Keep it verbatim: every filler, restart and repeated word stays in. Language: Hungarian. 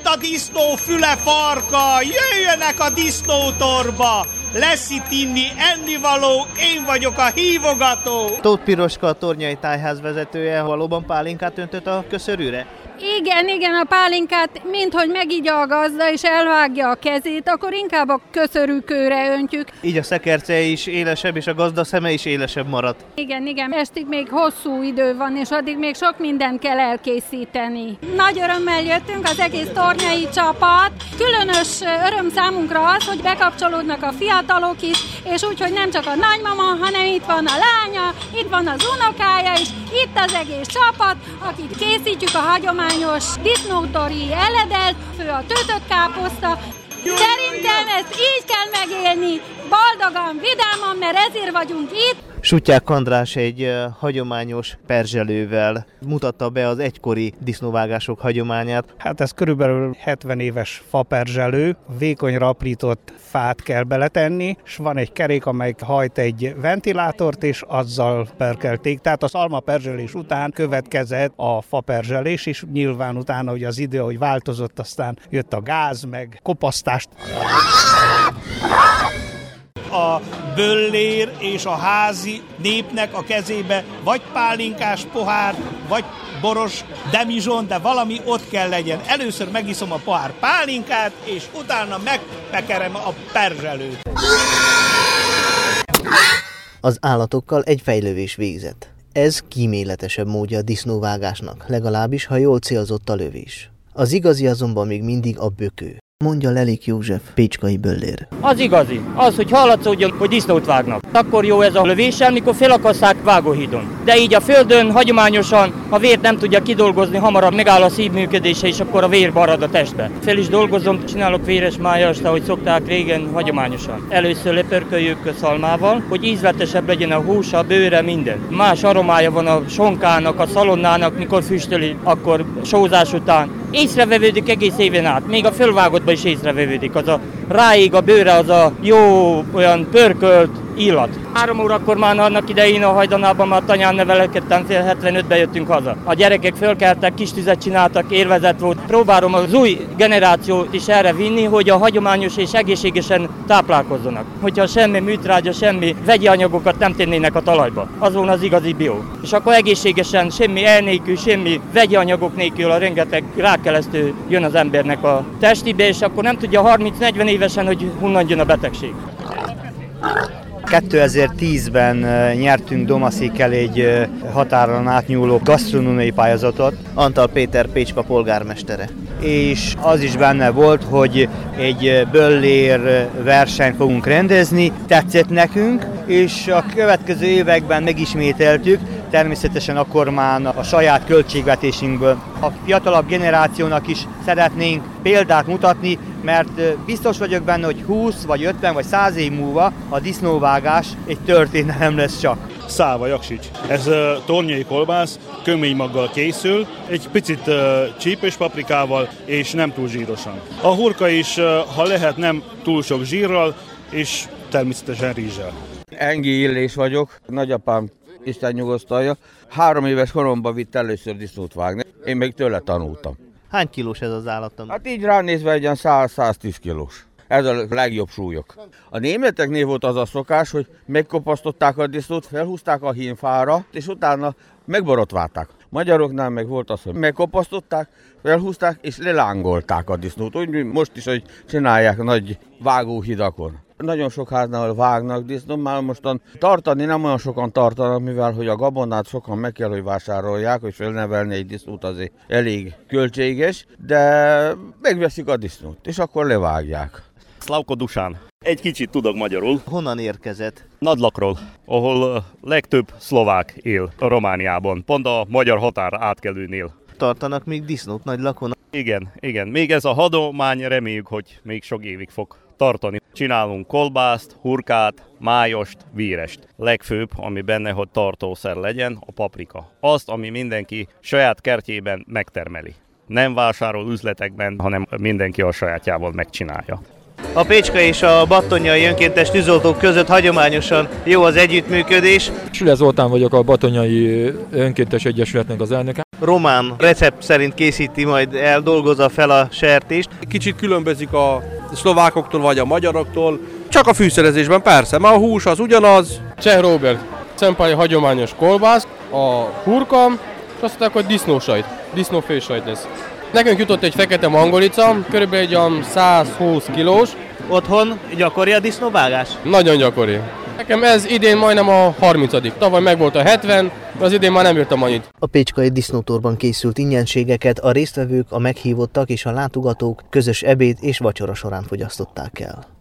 a disznó füle farka, jöjjönek a disznótorba! Lesz itt inni, ennivaló, én vagyok a hívogató! Tóth Piroska, a Tornyai Tájház vezetője, valóban pálinkát öntött a köszörűre? Igen, igen, a pálinkát minthogy megigya a gazda és elvágja a kezét, akkor inkább a köszörűkőre öntjük. Így a szekerce is élesebb, és a gazda szeme is élesebb maradt. Igen, igen, estig még hosszú idő van, és addig még sok mindent kell elkészíteni. Nagy örömmel jöttünk, az egész tornyai csapat. Különös öröm számunkra az, hogy bekapcsolódnak a fiatalok is, és úgy, hogy nem csak a nagymama, hanem itt van a lánya, itt van az unokája is, itt az egész csapat, akit készítjük a hagyományos disznótori eledelt, fő a töltött káposzta. Szerintem ezt így kell megélni, boldogan, vidáman, mert ezért vagyunk itt. Sutyák András egy uh, hagyományos perzselővel mutatta be az egykori disznóvágások hagyományát. Hát ez körülbelül hetven éves faperzselő, vékonyra aprított fát kell beletenni, és van egy kerék, amely hajt egy ventilátort, és azzal perkelték. Tehát az almaperzselés után következett a faperzselés, és nyilván utána, hogy az idő, hogy változott, aztán jött a gáz, meg kopasztást. A böllér és a házi népnek a kezébe vagy pálinkás pohár, vagy boros demizson, de valami ott kell legyen. Először megiszom a pohár pálinkát, és utána megpekerem a perzselőt. Az állatokkal egy fejlövés végzett. Ez kíméletesebb módja a disznóvágásnak, legalábbis ha jól célzott a lövés. Az igazi azonban még mindig a bökő, mondja Lelik József, pécskai böllér. Az igazi. Az, hogy hallatszódjon, hogy disznót vágnak. Akkor jó ez a lövéssel, mikor felakasszák vágóhídon. De így a földön hagyományosan a vért nem tudja kidolgozni, hamarabb megáll a szívműködése, és akkor a vér marad a testbe. Fel is dolgozom, csinálok véres májast, ahogy szokták régen hagyományosan. Először lepörköljük szalmával, hogy ízletesebb legyen a hús, a bőre, minden. Más aromája van a sonkának, a szalonnának, mikor füstöli, akkor sózás után. Észrevevődik egész éven át, még a fölvágottban is észrevevődik. Az a ráig a bőre, az a jó, olyan pörkölt illat. Három órakor már annak idején a hajdanában már tanyán nevelkedtem, fél hetvenötben jöttünk haza. A gyerekek fölkeltek, kis tüzet csináltak, élvezet volt. Próbálom az új generációt is erre vinni, hogy a hagyományos és egészségesen táplálkozzanak. Hogyha semmi műtrágya, semmi vegyi anyagokat nem tennének a talajba. Az volna az igazi bio. És akkor egészségesen, semmi el nélkül, semmi vegyi anyagok nélkül a rengeteg rákkelesztő jön az embernek a testébe, és akkor nem tudja harminc-negyven évesen, hogy honnan jön a betegség. kétezer-tízben nyertünk Domaszékkel egy határon átnyúló gasztronómiai pályázatot. Antal Péter, Pécska polgármestere. És az is benne volt, hogy egy böllér versenyt fogunk rendezni. Tetszett nekünk, és a következő években megismételtük, természetesen akkor már a saját költségvetésünkből. A fiatalabb generációnak is szeretnénk példát mutatni, mert biztos vagyok benne, hogy húsz, vagy ötven, vagy száz év múlva a disznóvágás egy történelem lesz csak. Száva Jaksics. Ez uh, tornyai kolbász, köménymaggal készül, egy picit uh, csípős paprikával, és nem túl zsírosan. A hurka is, uh, ha lehet, nem túl sok zsírral, és természetesen rizssel. Engi Illés vagyok, nagyapám Isten nyugosztalja. Három éves koromban vitt először disznót vágni, én még tőle tanultam. Hány kilós ez az állatom? Hát így ránézve egy ilyen száz-száztíz kilós. Ez a legjobb súlyok. A németeknél volt az a szokás, hogy megkopasztották a disznót, felhúzták a hímfára, és utána megborotválták. Magyaroknál meg volt az, hogy megkopasztották, felhúzták, és lelángolták a disznót. Úgy, mint most is, hogy csinálják nagy vágóhidakon. Nagyon sok háznál vágnak disznót, már mostan tartani nem olyan sokan tartanak, mivel hogy a gabonát sokan meg kell, hogy vásárolják, hogy felnevelni egy disznót azért elég költséges, de megveszik a disznót, és akkor levágják. Szlavko Dusán. Egy kicsit tudok magyarul. Honnan érkezett? Nadlakról, ahol legtöbb szlovák él a Romániában, pont a magyar határ átkelőnél. Tartanak még disznót Nagylakon? Igen, igen. Még ez a hadomány, reméljük, hogy még sok évig fog tartani. Csinálunk kolbászt, hurkát, májost, vírest. Legfőbb, ami benne, hogy tartószer legyen, a paprika. Azt, ami mindenki saját kertjében megtermeli. Nem vásárol üzletekben, hanem mindenki a sajátjával megcsinálja. A Pécska és a Battonyai Önkéntes Tűzoltók között hagyományosan jó az együttműködés. Süle Zoltán vagyok, a Battonyai Önkéntes Egyesületnek az elnöke. Román recept szerint készíti, majd eldolgozza fel a sertést. Kicsit különbözik a szlovákoktól vagy a magyaroktól, csak a fűszerezésben persze, mert a hús az ugyanaz. Cseh Róbert, szempály hagyományos kolbász, a hurka, és azt mondták, hogy disznósajt, disznófősajt lesz. Nekünk jutott egy fekete mangolica, körülbelül egy olyan százhúsz kilós. Otthon gyakori a disznóvágás? Nagyon gyakori. Nekem ez idén majdnem a harmincadik. Tavaly meg volt a hetven, de az idén már nem írtam annyit. A pécskai disznótorban készült ingyenségeket a résztvevők, a meghívottak és a látogatók közös ebéd és vacsora során fogyasztották el.